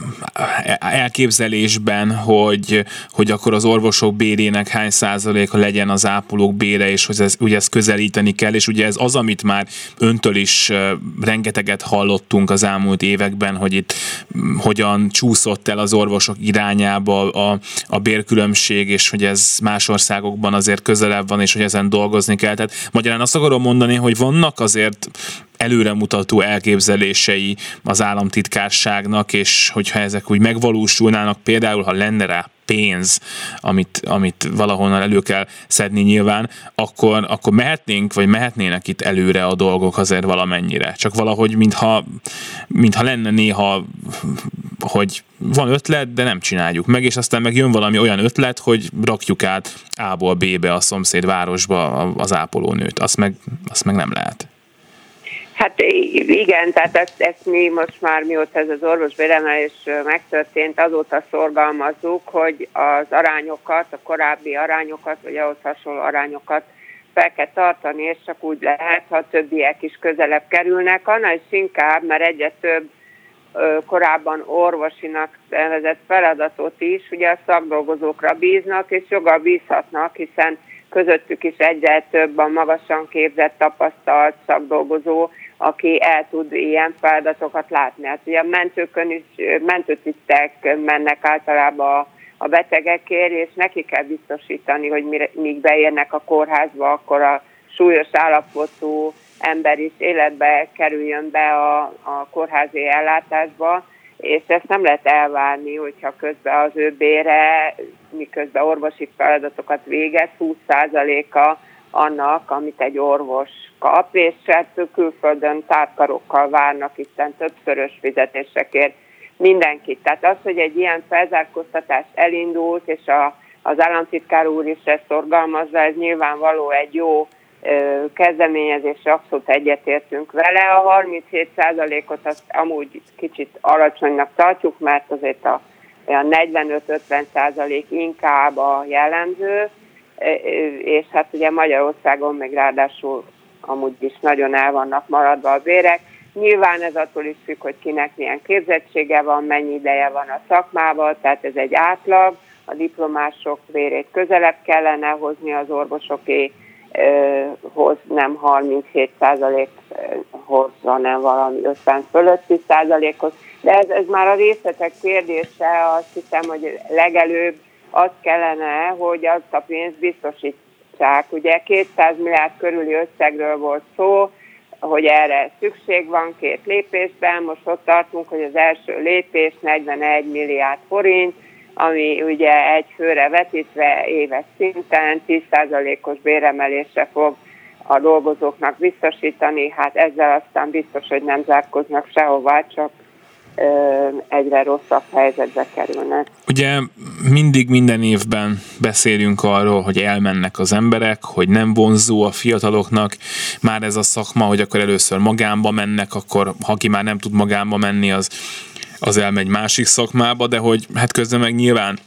elképzelésben, hogy akkor az orvosok bérének hány százaléka legyen az ápolók bére, és hogy ugye ezt közelíteni kell, és ugye ez az, amit már öntől is rengeteget hallottunk az elmúlt években, hogy itt hogyan csúszott el az orvosok irányába a bérkülönbség, és hogy ez más országokban azért közelebb van, és hogy ezen dolgozni kell. Tehát magyarán azt akarom mondani, hogy vannak azért előremutató elképzelései az államtitkárságnak, és hogyha ezek úgy megvalósulnának, például ha lenne rá pénz, amit valahonnan elő kell szedni nyilván, akkor mehetnénk, vagy mehetnének itt előre a dolgok azért valamennyire. Csak valahogy, mintha lenne néha, hogy van ötlet, de nem csináljuk meg, és aztán meg jön valami olyan ötlet, hogy rakjuk át A-ból B-be a szomszéd városba az ápolónőt. Azt meg nem lehet. Hát igen, tehát ezt mi most már mióta ez az orvosbéremelés megtörtént, azóta szorgalmazzuk, hogy az arányokat, a korábbi arányokat, vagy ahhoz hasonló arányokat fel kell tartani, és csak úgy lehet, ha többiek is közelebb kerülnek, annál is inkább, mert egyre több korábban orvosinak nevezett feladatot is, ugye a szakdolgozókra bíznak, és joggal bízhatnak, hiszen közöttük is egyre több a magasan képzett, tapasztalt szakdolgozó, aki el tud ilyen feladatokat látni. Hát ugye a mentőkön is mentőtisztek mennek általában a betegekért, és neki kell biztosítani, hogy míg beérnek a kórházba, akkor a súlyos állapotú ember is életbe kerüljön be a kórházi ellátásba, és ezt nem lehet elvárni, hogyha közben az ő bére, miközben orvosi feladatokat végez, 20%-a annak, amit egy orvos kap, és külföldön tárkarokkal várnak, hiszen többszörös fizetésekért mindenkit. Tehát az, hogy egy ilyen felzárkóztatás elindult, és az államtitkár úr is ezt szorgalmazza, ez nyilvánvaló egy jó kezdeményezésre, abszolút egyetértünk vele. A 37%-ot azt amúgy kicsit alacsonynak tartjuk, mert azért a 45-50% inkább a jellemző, és hát ugye Magyarországon még ráadásul amúgy is nagyon el vannak maradva a bérek. Nyilván ez attól is függ, hogy kinek milyen képzettsége van, mennyi ideje van a szakmában, tehát ez egy átlag. A diplomások bérét közelebb kellene hozni az orvosokéhoz, nem 37%-hoz, hanem valami 50 fölötti százalékhoz. De ez már a részletek kérdése, azt hiszem, hogy legelőbb az kellene, hogy azt a pénzt biztosítsák. Ugye 200 milliárd körüli összegről volt szó, hogy erre szükség van 2 lépésben. Most ott tartunk, hogy az első lépés 41 milliárd forint, ami ugye egy főre vetítve éves szinten 10%-os béremelésre fog a dolgozóknak biztosítani. Hát ezzel aztán biztos, hogy nem zárkóznak sehová, csak egyre rosszabb helyzetbe kerülnek. Ugye mindig minden évben beszélünk arról, hogy elmennek az emberek, hogy nem vonzó a fiataloknak már ez a szakma, hogy akkor először magánba mennek, akkor ha ki már nem tud magánba menni, az elmegy másik szakmába, de hogy hát közben meg nyilván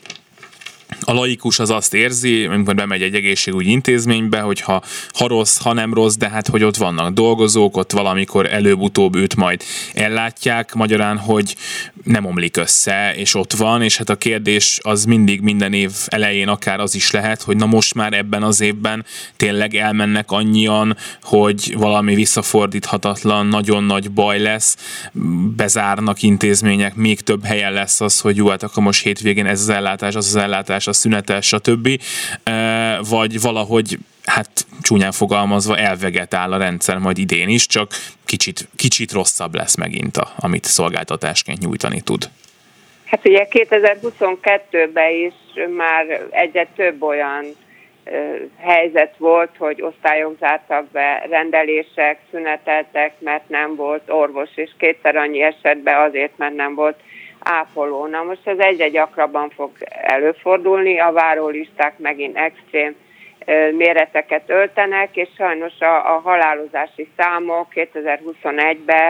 a laikus az azt érzi, amikor bemegy egy egészségügyi intézménybe, hogy ha rossz, ha nem rossz, de hát hogy ott vannak dolgozók, ott valamikor előbb-utóbb őt majd ellátják, magyarán, hogy nem omlik össze, és ott van, és hát a kérdés az mindig minden év elején akár az is lehet, hogy na most már ebben az évben tényleg elmennek annyian, hogy valami visszafordíthatatlan, nagyon nagy baj lesz, bezárnak intézmények, még több helyen lesz az, hogy jó, hát akkor most hétvégén ez az ellátás, az ellátás, a szünetes, stb. Vagy valahogy, hát csúnyán fogalmazva elvegetál a rendszer majd idén is, csak kicsit rosszabb lesz megint, amit szolgáltatásként nyújtani tud. Hát ugye 2022-ben is már egyre több olyan helyzet volt, hogy osztályok zártak be, rendelések szüneteltek, mert nem volt orvos, és 2-szer annyi esetben azért, mert nem volt ápoló. Na most ez egyre gyakrabban fog előfordulni, a várólisták megint extrém méreteket öltenek, és sajnos a halálozási számok 2021-ben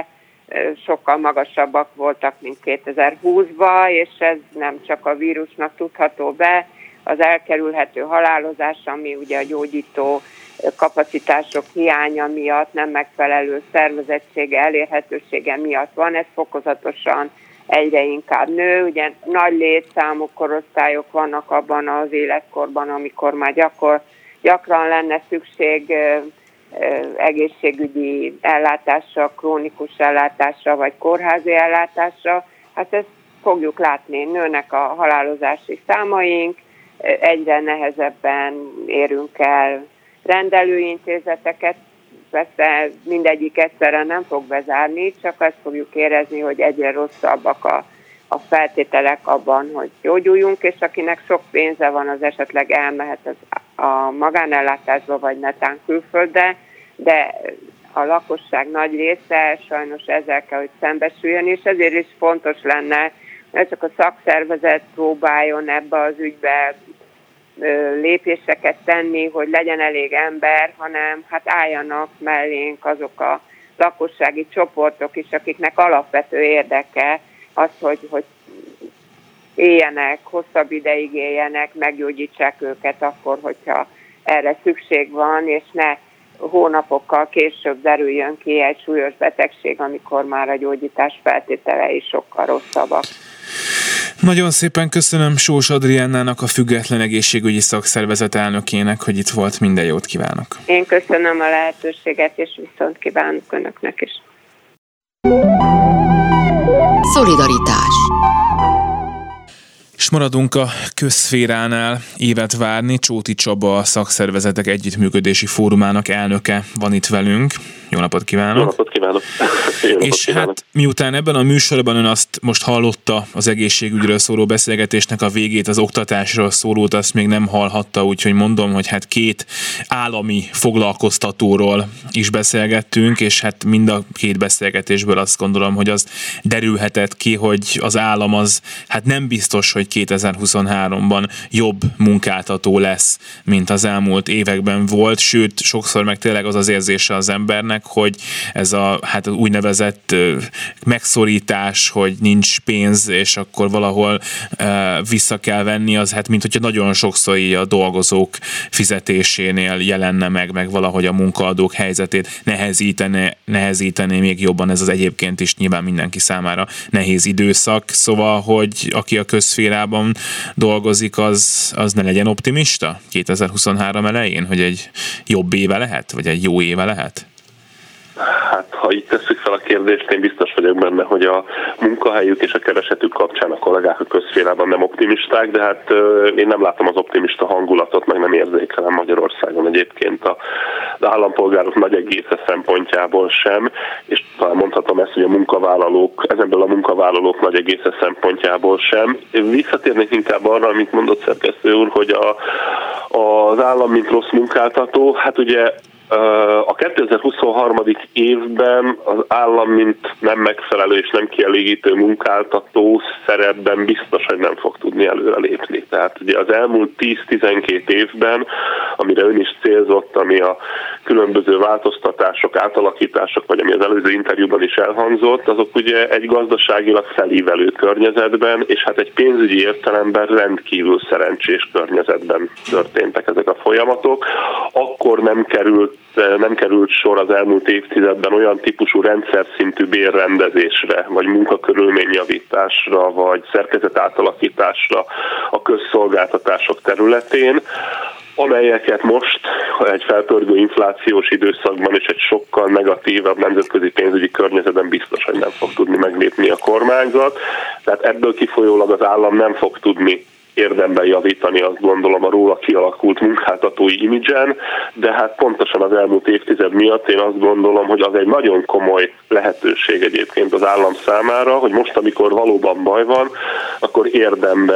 sokkal magasabbak voltak, mint 2020-ban, és ez nem csak a vírusnak tudható be, az elkerülhető halálozás, ami ugye a gyógyító kapacitások hiánya miatt, nem megfelelő szervezettsége, elérhetősége miatt van, ez fokozatosan egyre inkább nő. Ugye nagy létszámú korosztályok vannak abban az életkorban, amikor már gyakran lenne szükség egészségügyi ellátásra, krónikus ellátásra vagy kórházi ellátásra. Hát ezt fogjuk látni, nőnek a halálozási számaink, egyre nehezebben érünk el rendelőintézeteket, persze mindegyik egyszerre nem fog bezárni, csak azt fogjuk érezni, hogy egyre rosszabbak a feltételek abban, hogy gyógyuljunk, és akinek sok pénze van, az esetleg elmehet a magánellátásba, vagy netán külföldre, de a lakosság nagy része sajnos ezzel kell, hogy szembesüljön, és ezért is fontos lenne, ne csak a szakszervezet próbáljon ebbe az ügybe lépéseket tenni, hogy legyen elég ember, hanem hát álljanak mellénk azok a lakossági csoportok is, akiknek alapvető érdeke az, hogy éljenek, hosszabb ideig éljenek, meggyógyítsák őket akkor, hogyha erre szükség van, és ne hónapokkal később derüljön ki egy súlyos betegség, amikor már a gyógyítás feltételei sokkal rosszabbak. Nagyon szépen köszönöm Sós Adriánnának, a Független Egészségügyi Szakszervezet elnökének, hogy itt volt. Minden jót kívánok! Én köszönöm a lehetőséget, és viszont kívánok önöknek is. Szolidaritás. És maradunk a közszféránál. Évet várni, Csóti Csaba, a Szakszervezetek Együttműködési Fórumának elnöke van itt velünk. Jó napot kívánok! Jó napot kívánok! Hát miután ebben a műsorban ön azt most hallotta, az egészségügyről szóló beszélgetésnek a végét, az oktatásról szólót azt még nem hallhatta, úgyhogy mondom, hogy hát két állami foglalkoztatóról is beszélgettünk, és hát mind a két beszélgetésből azt gondolom, hogy az derülhetett ki, hogy az állam az hát nem biztos, hogy 2023-ban jobb munkáltató lesz, mint az elmúlt években volt, sőt, sokszor meg tényleg az az érzése az embernek, hogy ez a hát úgynevezett megszorítás, hogy nincs pénz, és akkor valahol vissza kell venni, az hát mint hogyha nagyon sokszor így a dolgozók fizetésénél jelenne meg valahogy a munkaadók helyzetét nehezítené még jobban ez az egyébként is nyilván mindenki számára nehéz időszak, szóval, hogy aki a közszférában dolgozik, az ne legyen optimista 2023 elején, hogy egy jobb éve lehet, vagy egy jó éve lehet? Hát, ha így tesszük fel a kérdést, én biztos vagyok benne, hogy a munkahelyük és a keresetük kapcsán a kollégák a közszférában nem optimisták, de hát én nem látom az optimista hangulatot, meg nem érzékelem Magyarországon egyébként az állampolgárok nagy egésze szempontjából sem, és talán mondhatom ezt, hogy a munkavállalók, ezenből a munkavállalók nagy egésze szempontjából sem. Visszatérnék inkább arra, amit mondott szerkesztő úr, hogy az állam mint rossz munkáltató, hát ugye a 2023. évben az állam, mint nem megfelelő és nem kielégítő munkáltató szerepben biztos, hogy nem fog tudni előrelépni. Tehát ugye az elmúlt 10-12 évben, amire ön is célzott, ami a különböző változtatások, átalakítások, vagy ami az előző interjúban is elhangzott, azok ugye egy gazdaságilag felívelő környezetben, és hát egy pénzügyi értelemben rendkívül szerencsés környezetben történtek ezek a folyamatok. Akkor nem került sor az elmúlt évtizedben olyan típusú rendszer szintű bérrendezésre, vagy munkakörülményjavításra, vagy szerkezet-átalakításra a közszolgáltatások területén, amelyeket most egy felpörgő inflációs időszakban és egy sokkal negatívabb nemzetközi pénzügyi környezetben biztos, hogy nem fog tudni meglépni a kormányzat. Tehát ebből kifolyólag az állam nem fog tudni érdemben javítani, azt gondolom, a róla kialakult munkáltatói imidzsen, de hát pontosan az elmúlt évtized miatt én azt gondolom, hogy az egy nagyon komoly lehetőség egyébként az állam számára, hogy most, amikor valóban baj van, akkor érdemben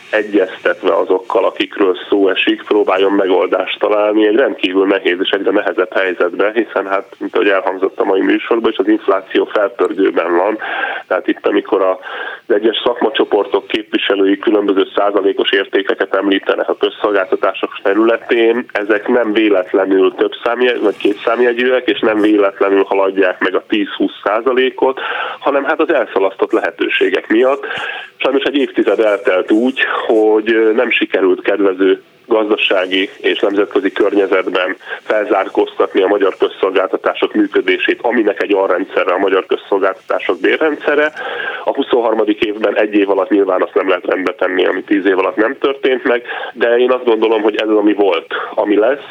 egyeztetve azokkal, akikről szó esik, próbáljon megoldást találni egy rendkívül nehéz és egyre nehezebb helyzetbe, hiszen hát, mint ahogy elhangzott a mai műsorban, és az infláció felpörgőben van. Tehát itt, amikor az egyes szakmacsoportok képviselői különböző százalékos értékeket említenek a közszolgáltatások területén, ezek nem véletlenül vagy kétszámjegyűek, és nem véletlenül haladják meg a 10-20%-ot, hanem hát az elszalasztott lehetőségek miatt. Sajnos egy évtized eltelt úgy, hogy nem sikerült kedvező gazdasági és nemzetközi környezetben felzárkóztatni a magyar közszolgáltatások működését, aminek egy alrendszerre a magyar közszolgáltatások bérrendszere. A 23. évben egy év alatt nyilván azt nem lehet rendbe tenni, ami 10 év alatt nem történt meg, de én azt gondolom, hogy ez ami volt, ami lesz,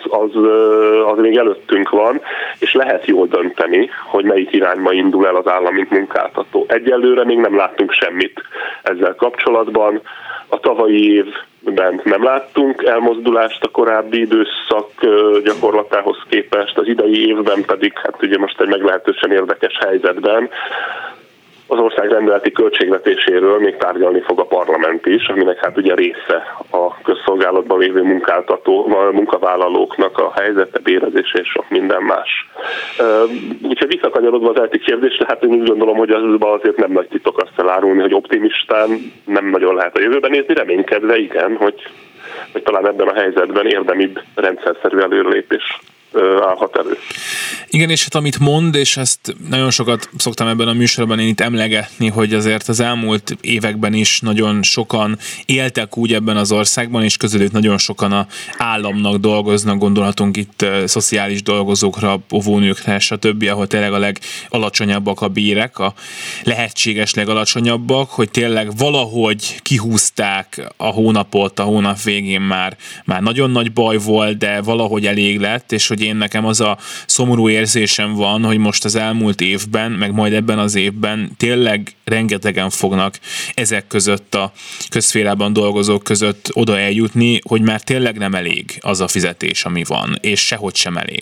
az még előttünk van, és lehet jól dönteni, hogy melyik irányba indul el az állam, mint munkáltató. Egyelőre még nem láttunk semmit ezzel kapcsolatban. A tavalyi évben nem láttunk elmozdulást a korábbi időszak gyakorlatához képest, az idei évben pedig hát ugye most egy meglehetősen érdekes helyzetben az ország rendeleti költségvetéséről még tárgyalni fog a parlament is, aminek hát ugye része a közszolgálatban lévő munkavállalóknak a helyzete, bérezése és sok minden más. Úgyhogy visszakanyarodva az elti kérdésre, hát én úgy gondolom, hogy azért nem nagy titok azt elárulni, hogy optimistán nem nagyon lehet a jövőben nézni, reménykedve igen, hogy talán ebben a helyzetben érdemibb rendszerszerű előrelépés állhat elő. Igen, és hát amit mond, és ezt nagyon sokat szoktam ebben a műsorban én itt emlegetni, hogy azért az elmúlt években is nagyon sokan éltek úgy ebben az országban, és közülük nagyon sokan a államnak dolgoznak, gondolhatunk itt szociális dolgozókra, óvónőkre, stb., ahol tényleg a legalacsonyabbak a bérek, a lehetséges legalacsonyabbak, hogy tényleg valahogy kihúzták a hónapot, a hónap végén már nagyon nagy baj volt, de valahogy elég lett, és hogy én nekem az a szomorú érzésem van, hogy most az elmúlt évben, meg majd ebben az évben tényleg rengetegen fognak ezek között a közszférában dolgozók között oda eljutni, hogy már tényleg nem elég az a fizetés, ami van, és sehogy sem elég.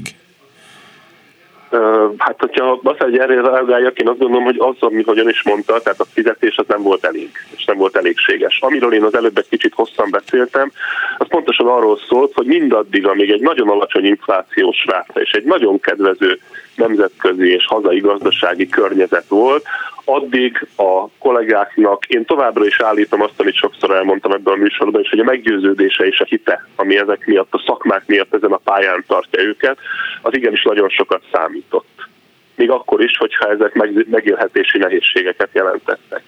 Hát, hogyha azt egy erre reagáljak, én azt gondolom, hogy az, ahogy ön is mondta, tehát a fizetés az nem volt elég, és nem volt elégséges. Amiről én az előbb egy kicsit hosszan beszéltem, az pontosan arról szólt, hogy mindaddig, amíg egy nagyon alacsony inflációs ráta és egy nagyon kedvező nemzetközi és hazai gazdasági környezet volt, addig a kollégáknak, én továbbra is állítom azt, amit sokszor elmondtam ebben a műsorban is, hogy a meggyőződése és a hite, ami ezek miatt, a szakmák miatt ezen a pályán tartja őket, az igenis nagyon sokat számított. Még akkor is, hogyha ezek megélhetési nehézségeket jelentettek.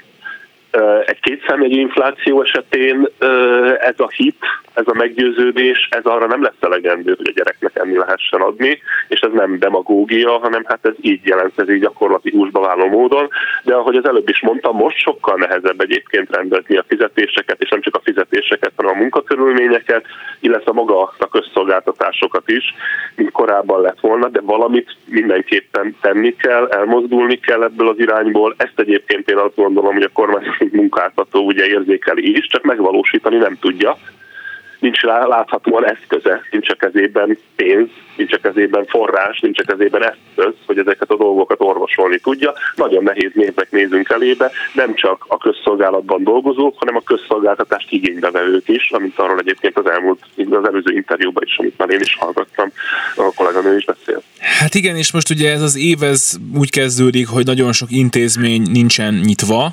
Egy kétszámjegyű infláció esetén ez a hit, ez a meggyőződés, ez arra nem lesz elegendő, hogy a gyereknek enni lehessen adni, és ez nem demagógia, hanem hát ez így jelent, ez így gyakorlati húsba váló módon, de ahogy az előbb is mondtam, most sokkal nehezebb egyébként rendezni a fizetéseket, és nem csak a fizetéseket, hanem a munkakörülményeket, illetve maga a közszolgáltatásokat is, mint korábban lett volna, de valamit mindenképpen tenni kell, elmozdulni kell ebből az irányból. Ezt egyébként én azt gondolom, hogy a kormányzati munkáltató ugye érzékeli is, csak megvalósítani nem tudja. Nincs láthatóan eszköze, nincs a kezében pénz, nincs a kezében forrás, nincs a kezében eszköz, hogy ezeket a dolgokat orvosolni tudja. Nagyon nehéz néznek nézünk elébe, nem csak a közszolgálatban dolgozók, hanem a közszolgáltatást igénybe vevők is, amint arról egyébként az előző interjúban is, amit már én is hallgattam, a kolléganő is beszél. Hát igen, és most ugye ez az év ez úgy kezdődik, hogy nagyon sok intézmény nincsen nyitva,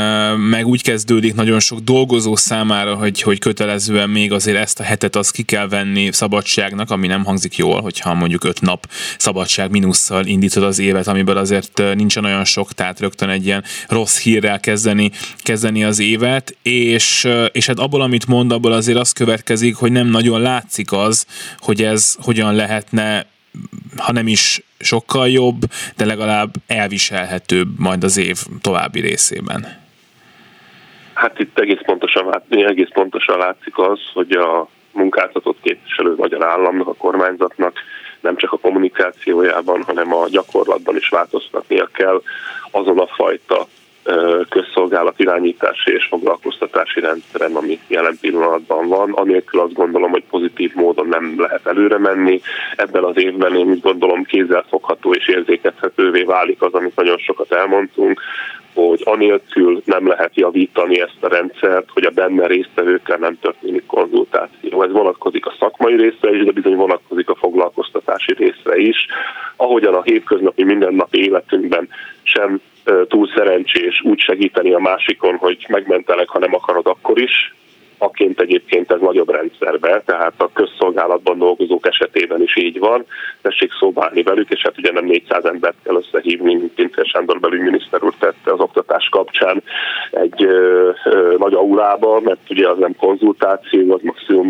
meg úgy kezdődik nagyon sok dolgozó számára, hogy kötelezően még azért ezt a hetet azt ki kell venni szabadságnak, ami nem hangzik jól, hogyha mondjuk 5 nap szabadság mínusszal indítod az évet, amiből azért nincsen olyan sok, tehát rögtön egy ilyen rossz hírrel kezdeni az évet, és hát abból, amit mond, abból azért az következik, hogy nem nagyon látszik az, hogy ez hogyan lehetne, ha nem is sokkal jobb, de legalább elviselhetőbb majd az év további részében. Hát itt egész pontosan látszik az, hogy a munkáltatott képviselő magyar államnak, a kormányzatnak nem csak a kommunikációjában, hanem a gyakorlatban is változtatnia kell azon a fajta közszolgálat irányítási és foglalkoztatási rendszeren, ami jelen pillanatban van. Anélkül azt gondolom, hogy pozitív módon nem lehet előre menni. Ebben az évben én úgy gondolom kézzelfogható és érzékelhetővé válik az, amit nagyon sokat elmondtunk, hogy anélkül nem lehet javítani ezt a rendszert, hogy a benne résztvevőkkel nem történik konzultáció. Ez vonatkozik a szakmai részre is, de bizony vonatkozik a foglalkoztatási részre is. Ahogyan a hétköznapi mindennapi életünkben sem túl szerencsés úgy segíteni a másikon, hogy megmentelek, ha nem akarod, akkor is. Aként egyébként ez nagyobb rendszerbe, tehát a közszolgálatban dolgozók esetében is így van. Tessék szóba állni velük, és hát ugye nem 400 embert kell összehívni, mint Pintér Sándor belügyminiszter úr tette az oktatás kapcsán egy nagy aulába, mert ugye az nem konzultáció, az maximum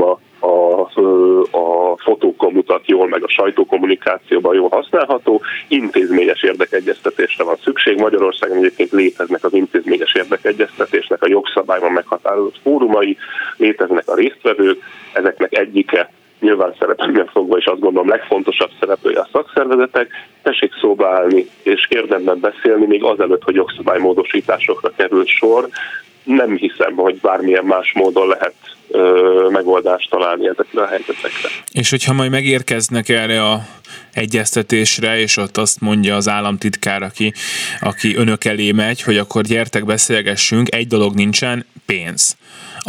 a fotókon mutat jól, meg a sajtókommunikációban jól használható, intézményes érdekegyeztetésre van szükség. Magyarországon egyébként léteznek az intézményes érdekegyeztetésnek a jogszabályban meghatározott fórumai, léteznek a résztvevők, ezeknek egyike nyilván szerepelően fogva, és azt gondolom legfontosabb szereplője a szakszervezetek, tessék szóba állni és érdemben beszélni még azelőtt, hogy jogszabálymódosításokra kerül sor. Nem hiszem, hogy bármilyen más módon lehet megoldást találni ezekre a helyzetekre. És hogyha majd megérkeznek erre a egyeztetésre, és ott azt mondja az államtitkár, aki önök elé megy, hogy akkor gyertek, beszélgessünk, egy dolog nincsen, pénz.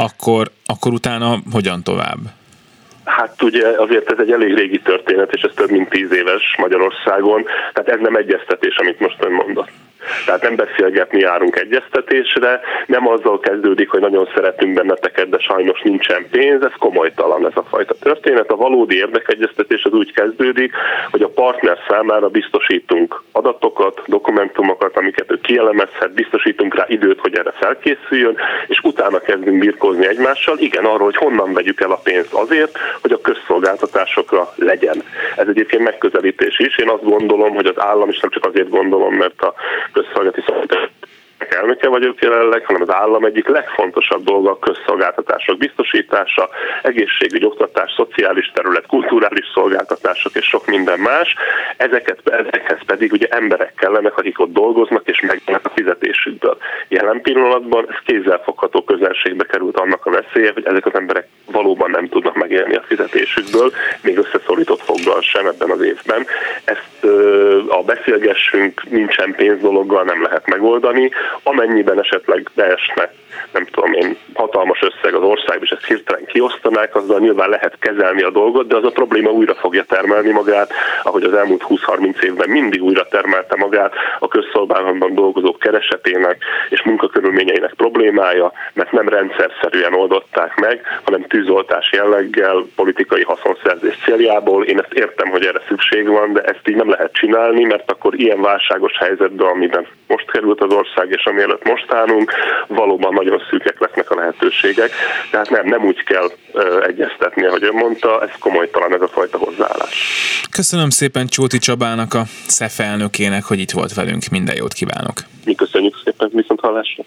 Akkor utána hogyan tovább? Hát ugye azért ez egy elég régi történet, és ez több mint 10 éves Magyarországon, tehát ez nem egyeztetés, amit most ön mondott. Tehát nem beszélgetni járunk egyeztetésre, nem azzal kezdődik, hogy nagyon szeretünk benneteket, de sajnos nincsen pénz, ez komolytalan ez a fajta történet. A valódi érdekegyeztetés az úgy kezdődik, hogy a partner számára biztosítunk adatokat, dokumentumokat, amiket ő kielemezhet, biztosítunk rá időt, hogy erre felkészüljön, és utána kezdünk birkózni egymással, igen, arról, hogy honnan vegyük el a pénzt azért, hogy a közszolgáltatásokra legyen. Ez egyébként megközelítés is. Én azt gondolom, hogy az állam, és nem csak azért gondolom, mert a közszolgálati szolgáltatások elnöke vagyok jelenleg, hanem az állam egyik legfontosabb dolga a közszolgáltatások biztosítása, egészségügy, oktatás, szociális terület, kulturális szolgáltatások és sok minden más. Ezekhez pedig ugye emberek kellenek, akik ott dolgoznak és megjelennek a fizetésükből. Jelen pillanatban ez kézzelfogható közelségbe került annak a veszélye, hogy ezek az emberek valóban nem tudnak megélni a fizetésükből, még összeszorított foggal sem ebben az évben. Ezt a beszélgessünk, nincsen pénz dologgal nem lehet megoldani. Amennyiben esetleg beesne, nem tudom én, hatalmas összeg az országban, és ezt hirtelen kiosztanák, azzal nyilván lehet kezelni a dolgot, de az a probléma újra fogja termelni magát, ahogy az elmúlt 20-30 évben mindig újra termelte magát a közszolgálatban dolgozók keresetének és munkakörülményeinek problémája, mert nem rendszerszerűen oldották meg, hanem tűzoltás jelleggel, politikai haszonszerzés céljából. Én ezt értem, hogy erre szükség van, de ezt így nem lehet csinálni, mert akkor ilyen válságos helyzetben, amiben most került az ország, és ami előtt most állunk, valóban nagyon szűkek lesznek a lehetőségek. Tehát nem úgy kell egyeztetni, ahogy ön mondta, ez komolytalan ez a fajta hozzáállás. Köszönöm szépen Csóti Csabának, a SZEF elnökének, hogy itt volt velünk. Minden jót kívánok! Mi köszönjük szépen, viszont hallásra!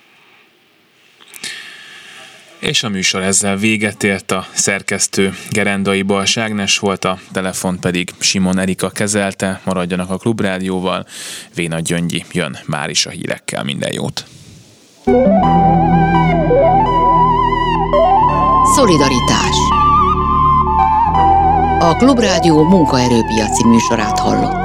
És a műsor ezzel véget ért, a szerkesztő Gerendai Bals Ágnes volt, a telefon pedig Simon Erika kezelte. Maradjanak a Klubrádióval, Véna Gyöngyi jön már is a hírekkel. Minden jót! Szolidaritás. A Klubrádió munkaerőpiaci műsorát hallott.